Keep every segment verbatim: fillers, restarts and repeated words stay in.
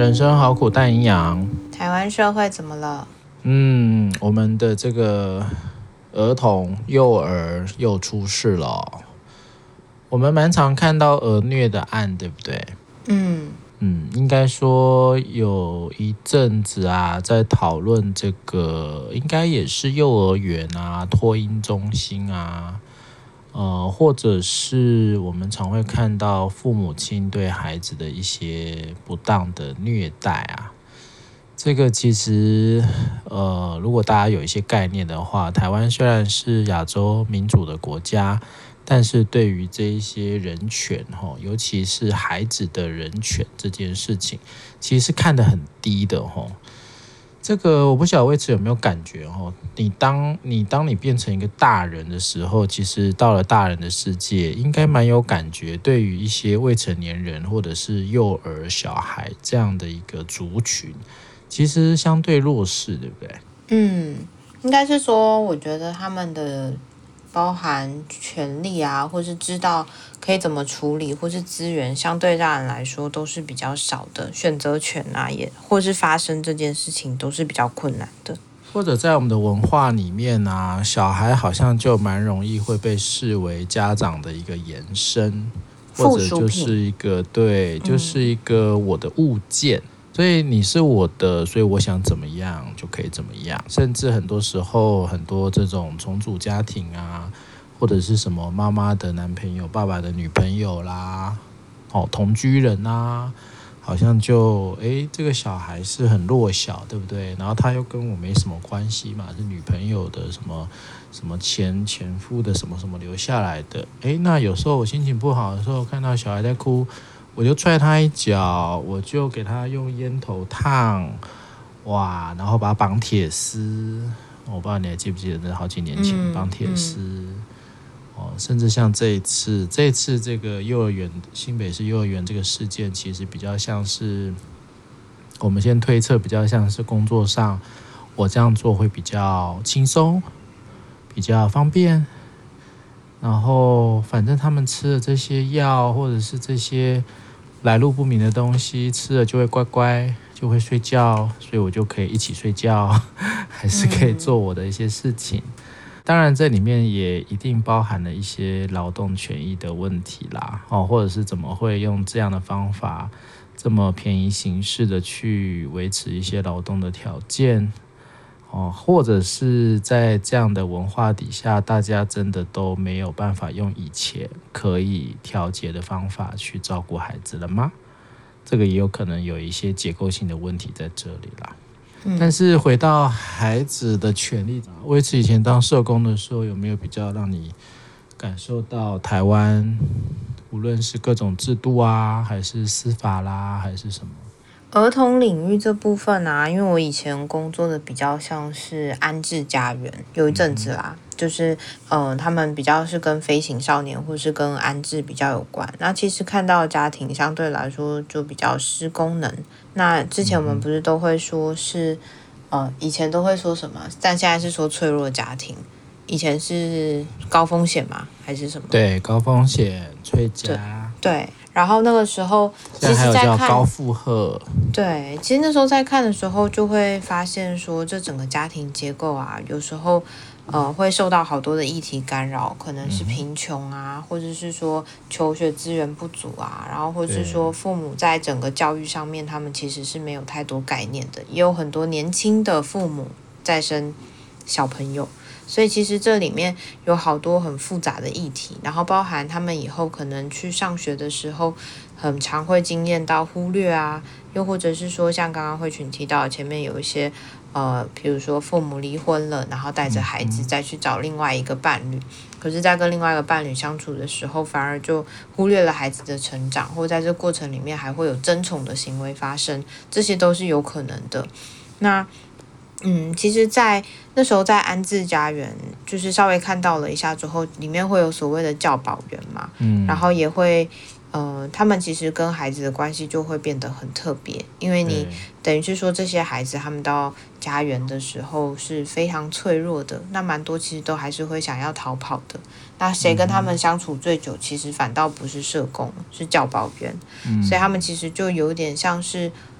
人生好苦但营养。 台湾社会怎么了？ 嗯，我们的这个儿童幼儿又出事了。我们蛮常看到儿虐的案，对不对？ 嗯嗯，应该说有一阵子啊，在讨论这个，应该也是幼儿园啊、托婴中心啊，呃，或者是我们常会看到父母亲对孩子的一些不当的虐待啊。这个其实，呃，如果大家有一些概念的话，台湾虽然是亚洲民主的国家，但是对于这一些人权，尤其是孩子的人权这件事情，其实是看得很低的。这个我不晓得魏慈有没有感觉，你当你当你变成一个大人的时候，其实到了大人的世界，应该蛮有感觉，对于一些未成年人或者是幼儿小孩这样的一个族群，其实相对弱势，对不对？ 嗯，应该是说，我觉得他们的包含权利啊，或是知道可以怎么处理，或是资源，相对大人来说都是比较少的，选择权啊，也或是发生这件事情都是比较困难的。 或者在我们的文化里面啊，小孩好像就蛮容易会被视为家长的一个延伸，或者就是一个对，就是一个我的物件。所以你是我的，所以我想怎么样就可以怎么样。甚至很多时候，很多这种重组家庭啊，或者是什么妈妈的男朋友、爸爸的女朋友啦，哦，同居人啊，好像就诶，这个小孩是很弱小，对不对？然后他又跟我没什么关系嘛，是女朋友的什么什么前前夫的什么什么留下来的。诶，那有时候我心情不好的时候，看到小孩在哭，我就踹他一脚，我就给他用烟头烫，哇，然后把他绑铁丝。我不知道你还记不记得，那好几年前绑铁丝。嗯嗯哦，甚至像这一次，这一次这个幼儿园新北市幼儿园这个事件，其实比较像是我们先推测，比较像是工作上我这样做会比较轻松，比较方便。然后反正他们吃了这些药，或者是这些来路不明的东西，吃了就会乖乖，就会睡觉，所以我就可以一起睡觉，还是可以做我的一些事情。嗯，当然，这里面也一定包含了一些劳动权益的问题啦，哦，或者是怎么会用这样的方法，这么便宜形式的去维持一些劳动的条件，哦，或者是在这样的文化底下，大家真的都没有办法用以前可以调节的方法去照顾孩子了吗？这个也有可能有一些结构性的问题在这里啦。但是回到孩子的权利，威慈以前当社工的时候，有没有比较让你感受到台湾无论是各种制度啊，还是司法啦，还是什么儿童领域这部分啊，因为我以前工作的比较像是安置家园，有一阵子啦，嗯、就是呃，他们比较是跟飞行少年或是跟安置比较有关。那其实看到的家庭相对来说就比较失功能。那之前我们不是都会说是，呃，以前都会说什么，但现在是说脆弱家庭。以前是高风险吗？还是什么？ 对，高风险、脆家。 对。对，然后那个时候， 现在还有叫高负荷。 对，其实那时候在看的时候，就会发现说，这整个家庭结构啊，有时候呃会受到好多的议题干扰，可能是贫穷啊，或者是说求学资源不足啊，然后或者是说父母在整个教育上面，他们其实是没有太多概念的，也有很多年轻的父母在生小朋友。所以其实这里面有好多很复杂的议题，然后包含他们以后可能去上学的时候，很常会经验到忽略啊，又或者是说像刚刚慧群提到前面有一些呃，比如说父母离婚了，然后带着孩子再去找另外一个伴侣，可是在跟另外一个伴侣相处的时候，反而就忽略了孩子的成长，或在这过程里面还会有争宠的行为发生，这些都是有可能的。那嗯，其实在那时候在安置家园，就是稍微看到了一下之后，里面会有所谓的教保员嘛，嗯，然后也会，呃，他们其实跟孩子的关系就会变得很特别，因为你等于是说这些孩子他们到家园的时候是非常脆弱的，那蛮多其实都还是会想要逃跑的。那谁跟他们相处最久，其实反倒不是社工，是教保员，嗯，所以他们其实就有点像是。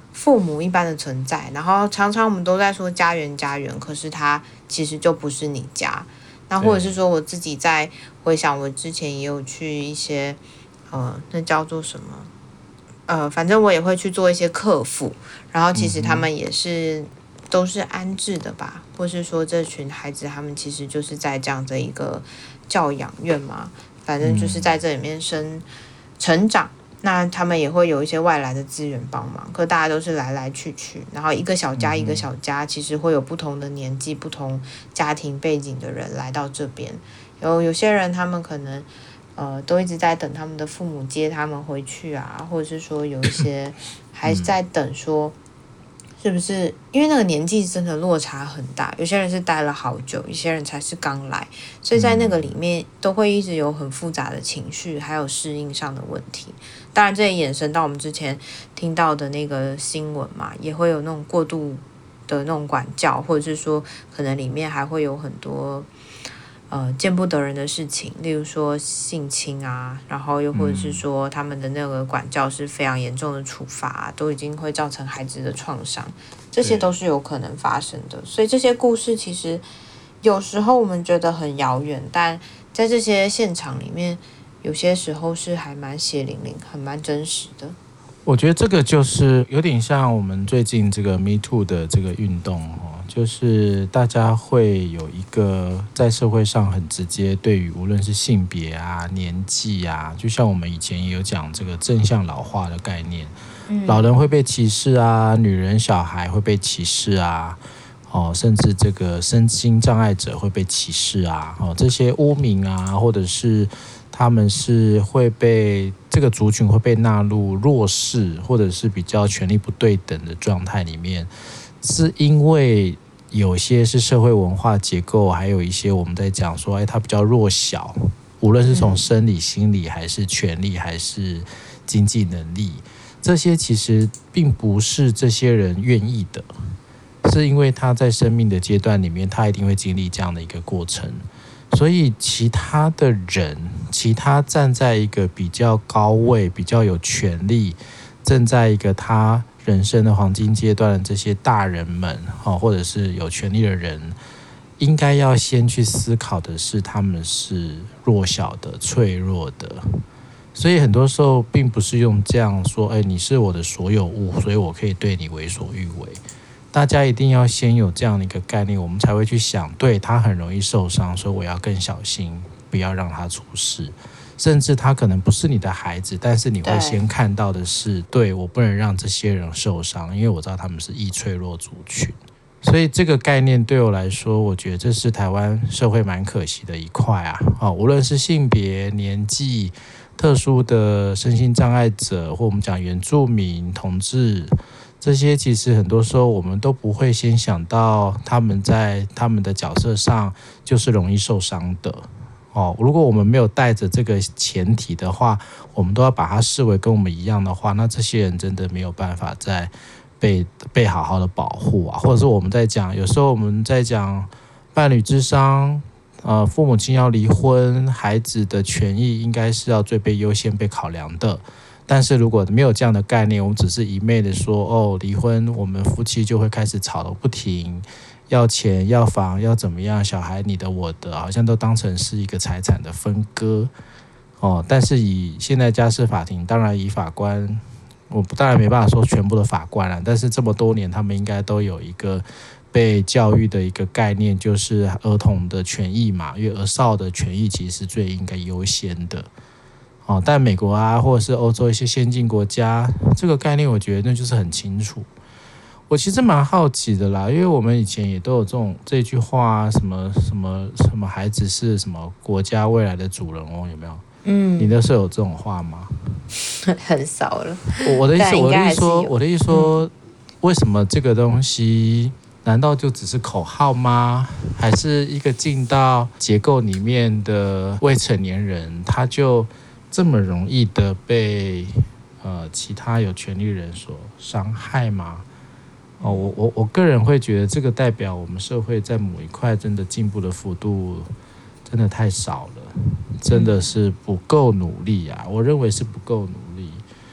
父母一般的存在，然后常常我们都在说家园家园，可是它其实就不是你家。那或者是说我自己在回想，我之前也有去一些呃，那叫做什么？呃，反正我也会去做一些客服，然后其实他们也是、嗯、都是安置的吧，或是说这群孩子他们其实就是在这样的一个教养院嘛，反正就是在这里面生成长。那他们也会有一些外来的资源帮忙，可大家都是来来去去，然后一个小家一个小家，其实会有不同的年纪、不同家庭背景的人来到这边。有有些人他们可能呃都一直在等他们的父母接他们回去啊，或者是说有一些还在等说。是不是因为那个年纪真的落差很大，有些人是待了好久，有些人才是刚来，所以在那个里面都会一直有很复杂的情绪，还有适应上的问题。当然这也延伸到我们之前听到的那个新闻嘛，也会有那种过度的那种管教，或者是说可能里面还会有很多呃见不得人的事情，例如说性侵啊，然后又或者是说他们的那个管教是非常严重的处罚、啊、都已经会造成孩子的创伤，这些都是有可能发生的。所以这些故事其实有时候我们觉得很遥远，但在这些现场里面有些时候是还蛮血淋淋，还蛮真实的。 我觉得这个就是有点像我们最近这个 Me Too 的这个运动哦，就是大家会有一个在社会上很直接对于无论是性别啊、年纪啊，就像我们以前也有讲这个正向老化的概念，嗯、老人会被歧视啊，女人小孩会被歧视啊，哦，甚至这个身心障碍者会被歧视啊，哦，这些污名啊，或者是他们是会被这个族群会被纳入弱势或者是比较权力不对等的状态里面，是因为有些是社会文化结构，还有一些我们在讲说，哎，他比较弱小，无论是从生理、心理，还是权力，还是经济能力，这些其实并不是这些人愿意的，是因为他在生命的阶段里面，他一定会经历这样的一个过程。所以其他的人，其他站在一个比较高位、比较有权力，正在一个他人生的黄金阶段的这些大人们，或者是有权力的人，应该要先去思考的是，他们是弱小的、脆弱的。所以很多时候并不是用这样说，哎，你是我的所有物，所以我可以对你为所欲为。大家一定要先有这样的一个概念，我们才会去想，对，他很容易受伤，所以我要更小心，不要让他出事。甚至他可能不是你的孩子，但是你会先看到的是，对，我不能让这些人受伤，因为我知道他们是易脆弱族群。所以这个概念对我来说，我觉得这是台湾社会蛮可惜的一块啊。哦，无论是性别、年纪、特殊的身心障碍者，或我们讲原住民、同志，这些其实很多时候我们都不会先想到他们在他们的角色上就是容易受伤的。哦，如果我们没有带着这个前提的话，我们都要把它视为跟我们一样的话，那这些人真的没有办法再被被好好的保护啊。或者是我们在讲，有时候我们在讲伴侣之商，呃，父母亲要离婚，孩子的权益应该是要最被优先被考量的。但是如果没有这样的概念，我们只是一昧的说，哦，离婚，我们夫妻就会开始吵得不停，要钱要房要怎么样，小孩你的我的，好像都当成是一个财产的分割。哦，但是以现在家事法庭，当然以法官，我当然没办法说全部的法官啦，但是这么多年他们应该都有一个被教育的一个概念，就是儿童的权益嘛，因为儿少的权益其实是最应该优先的。哦，但美国啊，或者是欧洲一些先进国家，这个概念我觉得那就是很清楚。我其实蛮好奇的啦，因为我们以前也都有这种这句话，什么什么什么孩子是什么国家未来的主人翁，有没有？嗯，你那时候有这种话吗？ 很少了。 我的意思，我的意思说，我的意思说、嗯，为什么这个东西难道就只是口号吗？还是一个进到结构里面的未成年人，他就这么容易的被呃其他有权利人所伤害吗？哦，我我我个人会觉得这个代表我们社会在某一块真的进步的幅度真的太少了，真的是不够努力啊！我认为是不够努力。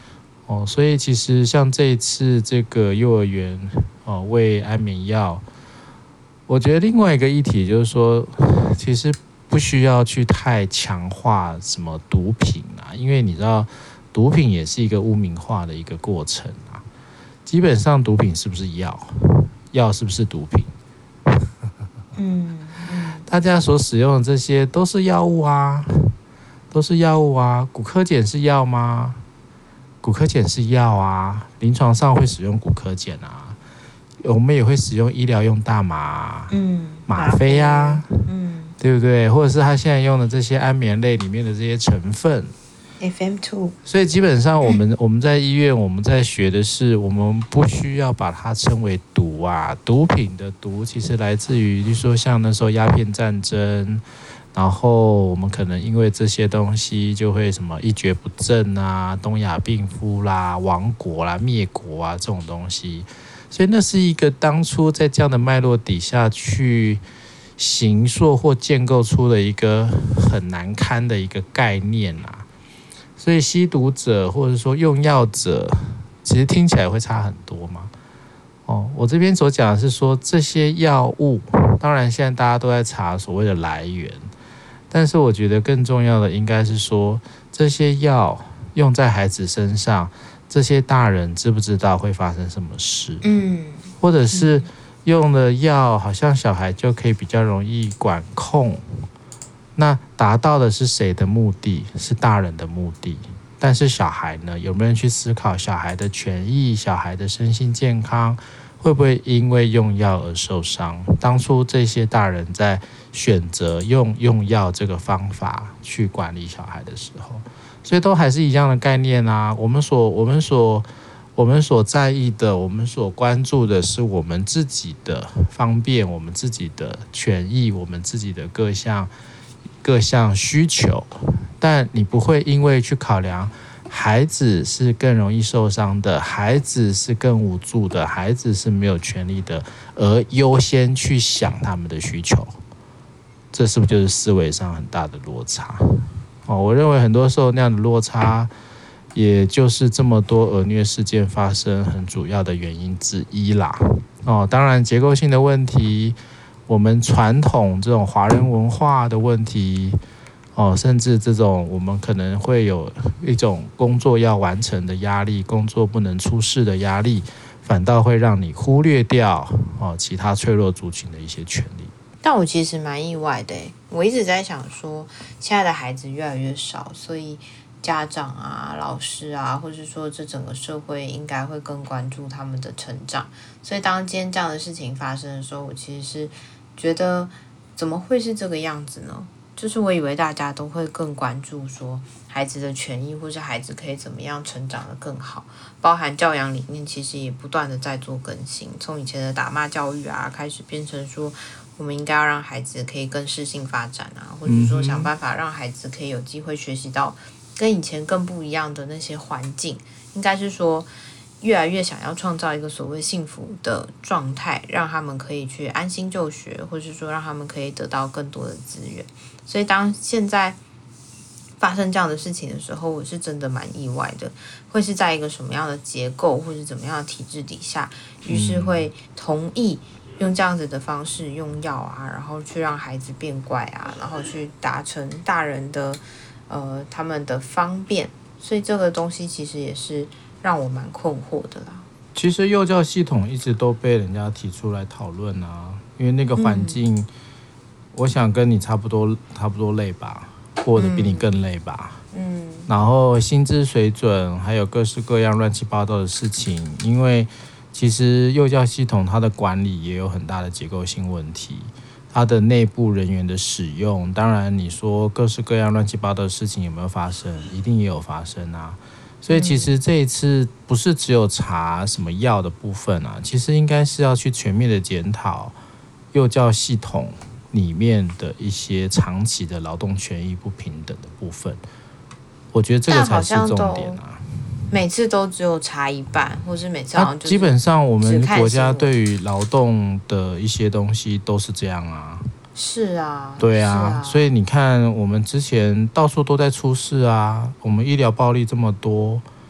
哦，所以其实像这一次这个幼儿园哦喂安眠药，我觉得另外一个议题就是说，其实不需要去太强化什么毒品啊，因为你知道毒品也是一个污名化的一个过程啊。基本上毒品是不是药？药是不是毒品？ 嗯， 大家所使用的这些都是药物啊，都是药物啊。骨科碱是药吗？骨科碱是药啊，临床上会使用骨科碱啊，我们也会使用医疗用大麻、啊， 嗯， 吗啡啊， 嗯， 对不对？或者是他现在用的这些安眠类里面的这些成分。 F M 二， 所以基本上我们我们在医院我们在学的是，我们不需要把它称为毒啊，毒品的毒其实来自于，就是说像那时候鸦片战争，然后我们可能因为这些东西就会什么一蹶不振啊，东亚病夫啦、亡国啦、灭国啊这种东西，所以那是一个当初在这样的脉络底下去形塑或建构出的一个很难堪的一个概念啊。所以吸毒者或者说用药者，其实听起来会差很多嘛。哦，我这边所讲的是说，这些药物，当然现在大家都在查所谓的来源，但是我觉得更重要的应该是说，这些药用在孩子身上，这些大人知不知道会发生什么事？ 嗯， 或者是用了药，好像小孩就可以比较容易管控。那达到的是谁的目的？是大人的目的。但是小孩呢？有没有人去思考小孩的权益、小孩的身心健康会不会因为用药而受伤？当初这些大人在选择用用药这个方法去管理小孩的时候，所以都还是一样的概念啊。我们所我们所我们所在意的，我们所关注的是我们自己的方便、我们自己的权益、我们自己的各项。各项需求，但你不会因为去考量孩子是更容易受伤的，孩子是更无助的，孩子是没有权利的，而优先去想他们的需求，这是不是就是思维上很大的落差？哦，我认为很多时候那样的落差，也就是这么多儿虐事件发生很主要的原因之一啦。哦，当然结构性的问题。我们传统这种华人文化的问题，哦，甚至这种我们可能会有一种工作要完成的压力，工作不能出事的压力，反倒会让你忽略掉哦其他脆弱族群的一些权利。 但我其实蛮意外的，我一直在想说，现在的孩子越来越少，所以家长啊、老师啊，或是说这整个社会应该会更关注他们的成长。所以当今天这样的事情发生的时候，我其实是觉得怎么会是这个样子呢？就是我以为大家都会更关注说孩子的权益，或是孩子可以怎么样成长得更好，包含教养理念其实也不断的在做更新，从以前的打骂教育啊，开始变成说我们应该要让孩子可以更适性发展啊，或者说想办法让孩子可以有机会学习到跟以前更不一样的那些环境，应该是说越来越想要创造一个所谓幸福的状态，让他们可以去安心就学，或是说让他们可以得到更多的资源。所以当现在发生这样的事情的时候，我是真的蛮意外的，会是在一个什么样的结构或是怎么样的体制底下，于是会同意用这样子的方式用药啊，然后去让孩子变乖啊，然后去达成大人的呃他们的方便。所以这个东西其实也是让我蛮困惑的啦。 其实幼教系统一直都被人家提出来讨论啊，因为那个环境、嗯，我想跟你差不多，差不多累吧，或者比你更累吧。嗯。然后薪资水准，还有各式各样乱七八糟的事情，因为其实幼教系统它的管理也有很大的结构性问题，它的内部人员的使用，当然你说各式各样乱七八糟的事情有没有发生，一定也有发生啊。所以其实这一次不是只有查什么药的部分啊，其实应该是要去全面的检讨幼教系统里面的一些长期的劳动权益不平等的部分，我觉得这个才是重点啊。 每次都只有查一半，或是每次好像就是基本上我们国家对于劳动的一些东西都是这样啊。 是啊， 对啊， 啊所以你看我们之前到处都在出事啊，我们医疗暴力这么多，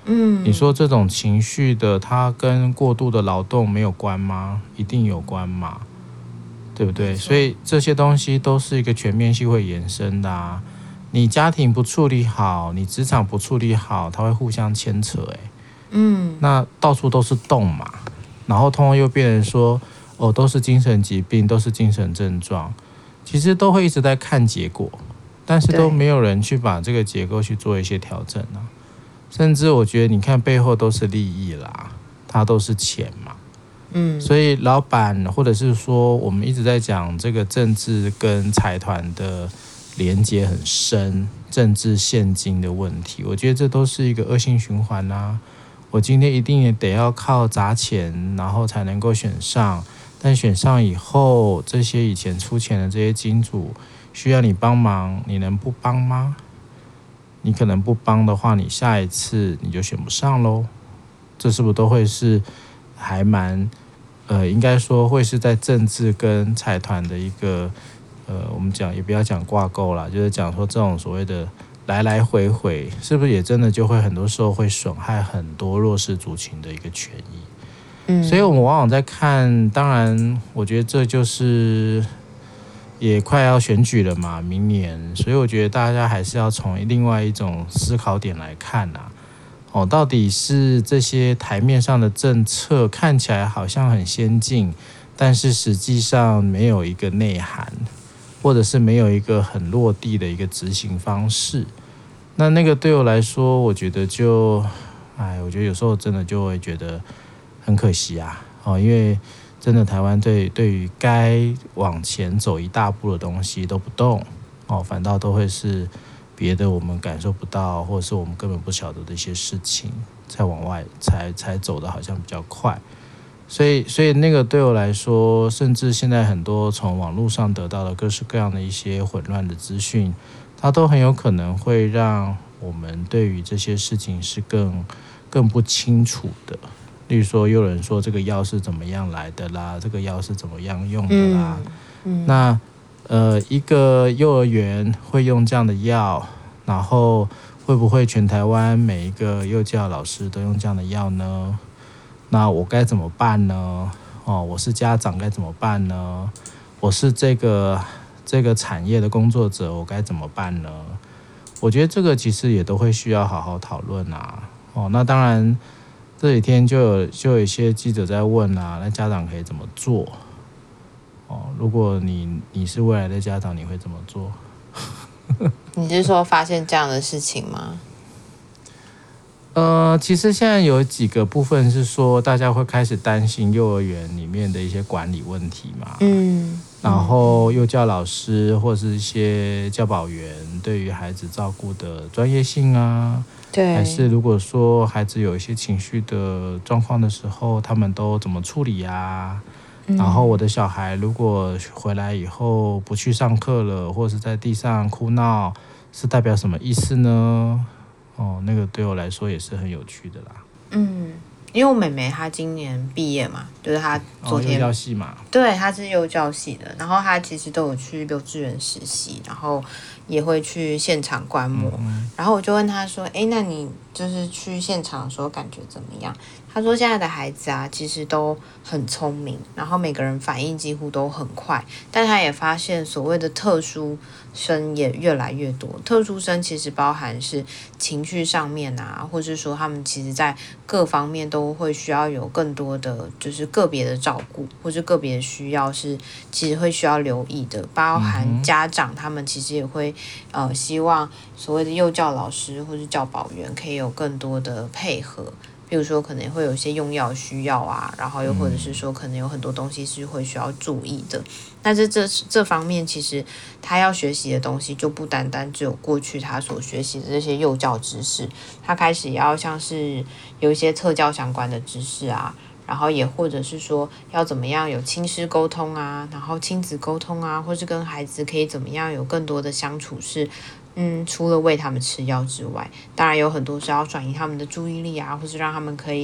嗯， 你说这种情绪的，它跟过度的劳动没有关吗？一定有关嘛，对不对？所以这些东西都是一个全面性会延伸的啊。你家庭不处理好，你职场不处理好，它会互相牵扯、欸， 嗯， 那到处都是洞嘛，然后通常又变成说，哦，都是精神疾病，都是精神症状，其实都会一直在看结果，但是都没有人去把这个结构去做一些调整啊。甚至我觉得，你看背后都是利益啦，它都是钱嘛， 嗯， 所以老板或者是说，我们一直在讲这个政治跟财团的连结很深，政治现金的问题，我觉得这都是一个恶性循环啊。我今天一定也得要靠砸钱，然后才能够选上，但选上以后，这些以前出钱的这些金主需要你帮忙，你能不帮吗？你可能不帮的话，你下一次你就选不上咯。这是不是都会是还蛮呃，应该说会是在政治跟财团的一个呃，我们讲也不要讲挂钩啦，就是讲说这种所谓的来来回回，是不是也真的就会很多时候会损害很多弱势族群的一个权益？嗯，所以我们往往在看，当然，我觉得这就是也快要选举了嘛，明年，所以我觉得大家还是要从另外一种思考点来看啊。哦，到底是这些台面上的政策看起来好像很先进，但是实际上没有一个内涵，或者是没有一个很落地的一个执行方式。那那个对我来说，我觉得就，哎，我觉得有时候真的就会觉得很可惜啊。哦，因为真的台湾对对于该往前走一大步的东西都不动，哦，反倒都会是别的我们感受不到，或者是我们根本不晓得的一些事情，才往外才才走的好像比较快。所以所以那个对我来说，甚至现在很多从网络上得到的各式各样的一些混乱的资讯，它都很有可能会让我们对于这些事情是更更不清楚的。例如说，有人说这个药是怎么样来的啦，这个药是怎么样用的啦，嗯嗯、那呃，一个幼儿园会用这样的药，然后会不会全台湾每一个幼教老师都用这样的药呢？那我该怎么办呢？哦，我是家长该怎么办呢？我是这个这个产业的工作者，我该怎么办呢？我觉得这个其实也都会需要好好讨论啊。哦，那当然这几天就有就有一些记者在问啊，那家长可以怎么做？哦，如果你你是未来的家长，你会怎么做？ 你是说发现这样的事情吗？ 呃，其实现在有几个部分是说，大家会开始担心幼儿园里面的一些管理问题嘛。嗯。然后幼教老师或是一些教保员对于孩子照顾的专业性啊，对，还是如果说孩子有一些情绪的状况的时候，他们都怎么处理啊？嗯、然后我的小孩如果回来以后不去上课了，或是在地上哭闹，是代表什么意思呢？哦，那个对我来说也是很有趣的啦。嗯， 因为我妹妹她今年毕业嘛，就是她昨天、 哦、幼教系嘛， 对，她是幼教系的，然后她其实都有去幼稚园实习，然后也会去现场观摩。嗯、然后我就问她说：“哎，那你就是去现场的时候感觉怎么样？”她说：“现在的孩子啊，其实都很聪明，然后每个人反应几乎都很快，但她也发现所谓的特殊生也越来越多。特殊生其实包含是情绪上面啊，或是说他们其实在各方面都会需要有更多的就是个别的照顾，或是个别的需要是其实会需要留意的，包含家长他们其实也会呃希望所谓的幼教老师或是教保员可以有更多的配合。”比如说可能会有一些用药需要啊，然后又或者是说可能有很多东西是会需要注意的。那这这这方面其实他要学习的东西就不单单只有过去他所学习的这些幼教知识，他开始也要像是有一些特教相关的知识啊，然后也或者是说要怎么样有亲师沟通啊，然后亲子沟通啊，或是跟孩子可以怎么样有更多的相处是嗯，除了喂他们吃药之外，当然有很多是要转移他们的注意力啊，或是让他们可以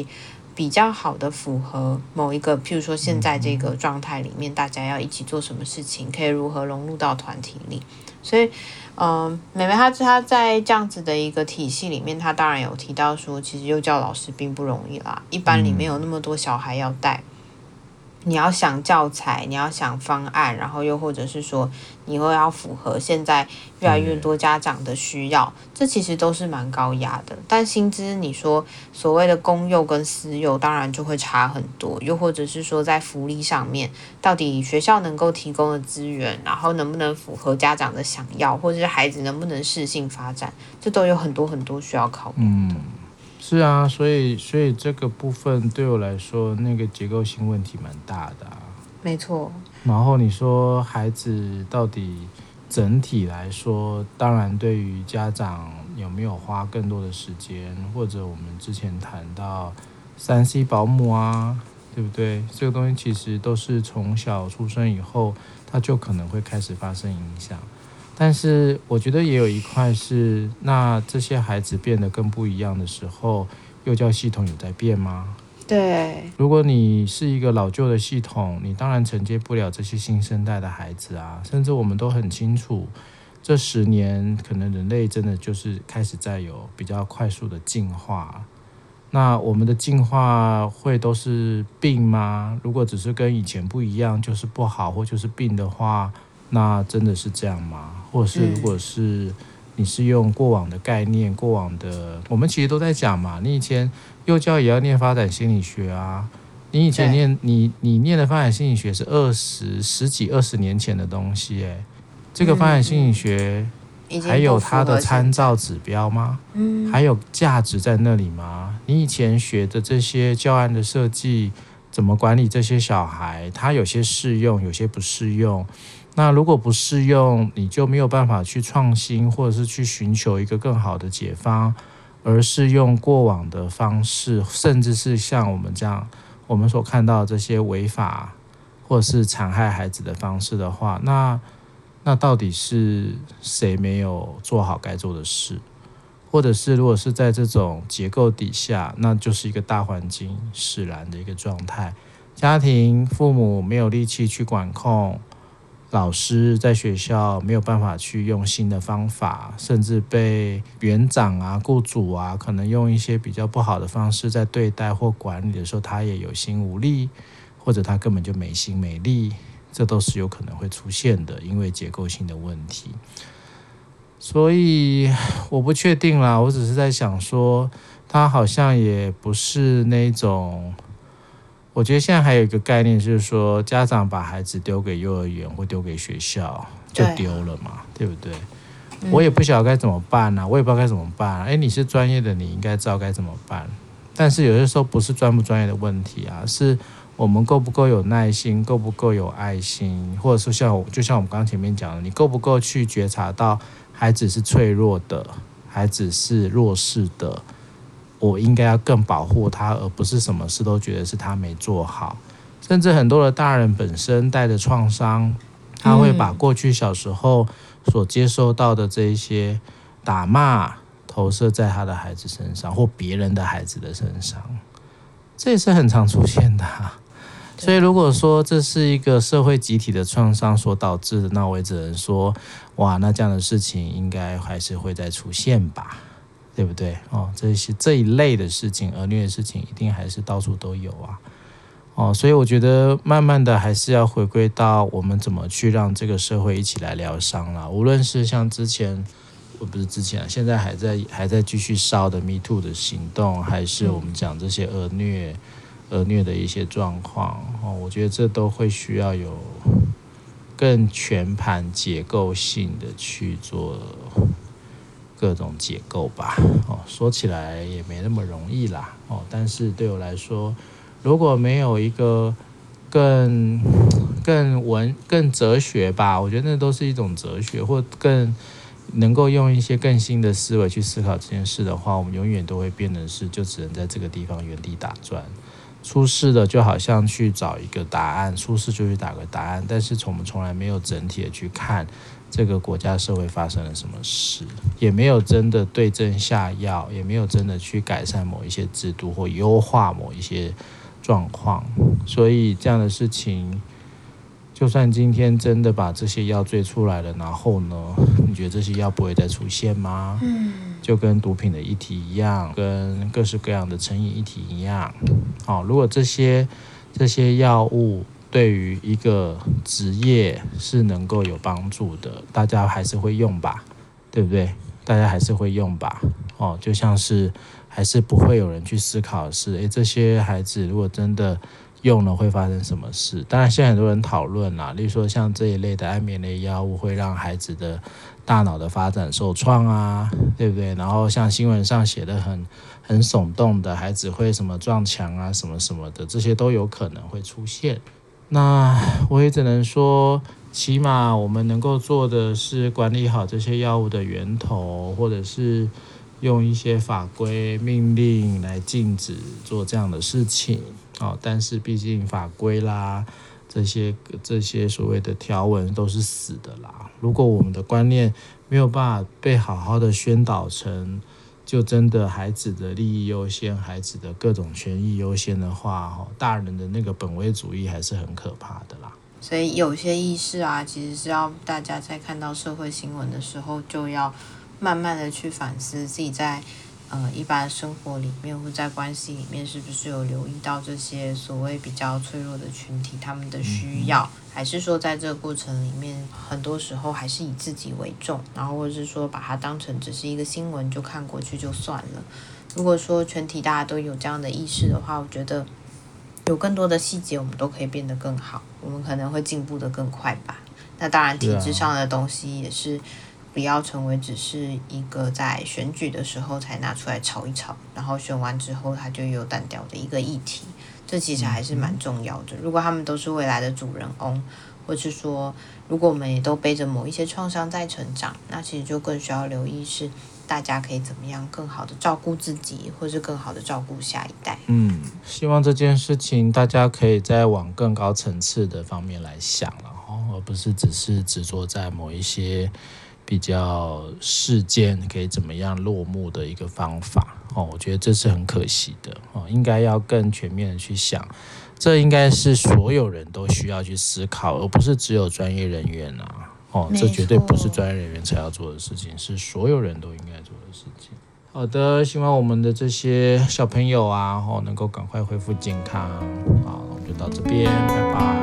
比较好的符合某一个，譬如说现在这个状态里面，大家要一起做什么事情，可以如何融入到团体里。所以，嗯、呃，妹妹她她在这样子的一个体系里面，她当然有提到说，其实幼教老师并不容易啦，一班里面有那么多小孩要带。你要想教材，你要想方案，然后又或者是说你会要符合现在越来越多家长的需要，这其实都是蛮高压的。但薪资你说所谓的公幼跟私幼当然就会差很多，又或者是说在福利上面，到底学校能够提供的资源，然后能不能符合家长的想要，或者是孩子能不能适性发展，这都有很多很多需要考量的。 嗯是啊，所以所以这个部分对我来说，那个结构性问题蛮大的啊。 没错。 然后你说孩子到底整体来说，当然对于家长有没有花更多的时间，或者我们之前谈到三 C 保姆啊，对不对？这个东西其实都是从小出生以后，它就可能会开始发生影响。但是我觉得也有一块是，那这些孩子变得更不一样的时候，幼教系统有在变吗？ 对。 如果你是一个老旧的系统，你当然承接不了这些新生代的孩子啊。甚至我们都很清楚，这十年可能人类真的就是开始在有比较快速的进化。那我们的进化会都是病吗？如果只是跟以前不一样，就是不好或就是病的话，那真的是这样吗？或者是如果是你是用过往的概念，过往的我们其实都在讲嘛，你以前幼教也要念发展心理学啊，你以前念你你念的发展心理学是二十十几二十年前的东西，哎，这个发展心理学还有它的参照指标吗？ 嗯， 还有价值在那里吗？你以前学的这些教案的设计，怎么管理这些小孩，它有些适用，有些不适用。那如果不适用，你就没有办法去创新，或者是去寻求一个更好的解方，而是用过往的方式，甚至是像我们这样我们所看到的这些违法或者是残害孩子的方式的话，那那到底是谁没有做好该做的事？或者是如果是在这种结构底下，那就是一个大环境使然的一个状态，家庭父母没有力气去管控，老师在学校没有办法去用新的方法，甚至被园长啊雇主啊可能用一些比较不好的方式在对待或管理的时候，他也有心无力，或者他根本就没心没力，这都是有可能会出现的，因为结构性的问题。所以我不确定啦，我只是在想说，他好像也不是那种，我觉得现在还有一个概念就是说，家长把孩子丢给幼儿园或丢给学校就丢了嘛， 对, 对不对、嗯、我也不晓得该怎么办啊，我也不知道该怎么办啊。诶，你是专业的，你应该知道该怎么办。但是有些时候不是专不专业的问题啊，是我们够不够有耐心，够不够有爱心，或者是像就像我们刚刚前面讲的，你够不够去觉察到孩子是脆弱的，孩子是弱势的，我应该要更保护他，而不是什么事都觉得是他没做好。甚至很多的大人本身带着创伤，他会把过去小时候所接受到的这一些打骂投射在他的孩子身上，或别人的孩子的身上，这也是很常出现的啊。所以如果说这是一个社会集体的创伤所导致的，那我也只能说，哇，那这样的事情应该还是会再出现吧，对不对？哦，这些这一类的事情，儿虐的事情，一定还是到处都有啊。哦，所以我觉得慢慢的还是要回归到我们怎么去让这个社会一起来疗伤啦。无论是像之前，不是之前，现在还在还在继续烧的 Me Too 的行动，还是我们讲这些儿虐。儿虐的一些状况、哦、我觉得这都会需要有更全盘结构性的去做各种结构吧、哦、说起来也没那么容易啦、哦、但是对我来说，如果没有一个更更文更哲学吧，我觉得那都是一种哲学，或更能够用一些更新的思维去思考这件事的话，我们永远都会变成是就只能在这个地方原地打转。出事了就好像去找一个答案，出事就去打个答案，但是我们从来没有整体的去看这个国家社会发生了什么事，也没有真的对症下药，也没有真的去改善某一些制度或优化某一些状况。所以这样的事情，就算今天真的把这些药追出来了，然后呢，你觉得这些药不会再出现吗？ 嗯， 就跟毒品的议题一样，跟各式各样的成瘾议题一样。哦，如果这些这些药物对于一个职业是能够有帮助的，大家还是会用吧，对不对？大家还是会用吧。哦，就像是还是不会有人去思考的是，诶，这些孩子如果真的用了会发生什么事？当然，现在很多人讨论啦，例如说像这一类的安眠类药物会让孩子的大脑的发展受创啊，对不对？然后像新闻上写的很很耸动的，孩子会什么撞墙啊，什么什么的，这些都有可能会出现。那我也只能说，起码我们能够做的是管理好这些药物的源头，或者是用一些法规命令来禁止做这样的事情。哦，但是毕竟法规啦，这些这些所谓的条文都是死的啦。如果我们的观念没有办法被好好的宣导成，就真的孩子的利益优先，孩子的各种权益优先的话，大人的那个本位主义还是很可怕的啦。 所以有些意识啊，其实是要大家在看到社会新闻的时候，就要慢慢的去反思自己在呃一般生活里面或在关系里面，是不是有留意到这些所谓比较脆弱的群体他们的需要，嗯、还是说在这个过程里面，很多时候还是以自己为重，然后或者是说把它当成只是一个新闻就看过去就算了。如果说全体大家都有这样的意识的话，我觉得有更多的细节我们都可以变得更好，我们可能会进步得更快吧。那当然体制上的东西也是不要成为只是一个在选举的时候才拿出来炒一炒，然后选完之后它就有淡掉的一个议题，这其实还是蛮重要的。如果他们都是未来的主人翁，或是说如果我们也都背着某一些创伤在成长，那其实就更需要留意是大家可以怎么样更好的照顾自己，或是更好的照顾下一代。 嗯，希望这件事情大家可以再往更高层次的方面来想了，而不是只是执着在某一些比较事件可以怎么样落幕的一个方法。我觉得这是很可惜的，应该要更全面的去想，这应该是所有人都需要去思考，而不是只有专业人员啊。哦，这绝对不是专业人员才要做的事情，是所有人都应该做的事情。好的，希望我们的这些小朋友啊，哦，能够赶快恢复健康。好，我们就到这边，拜拜。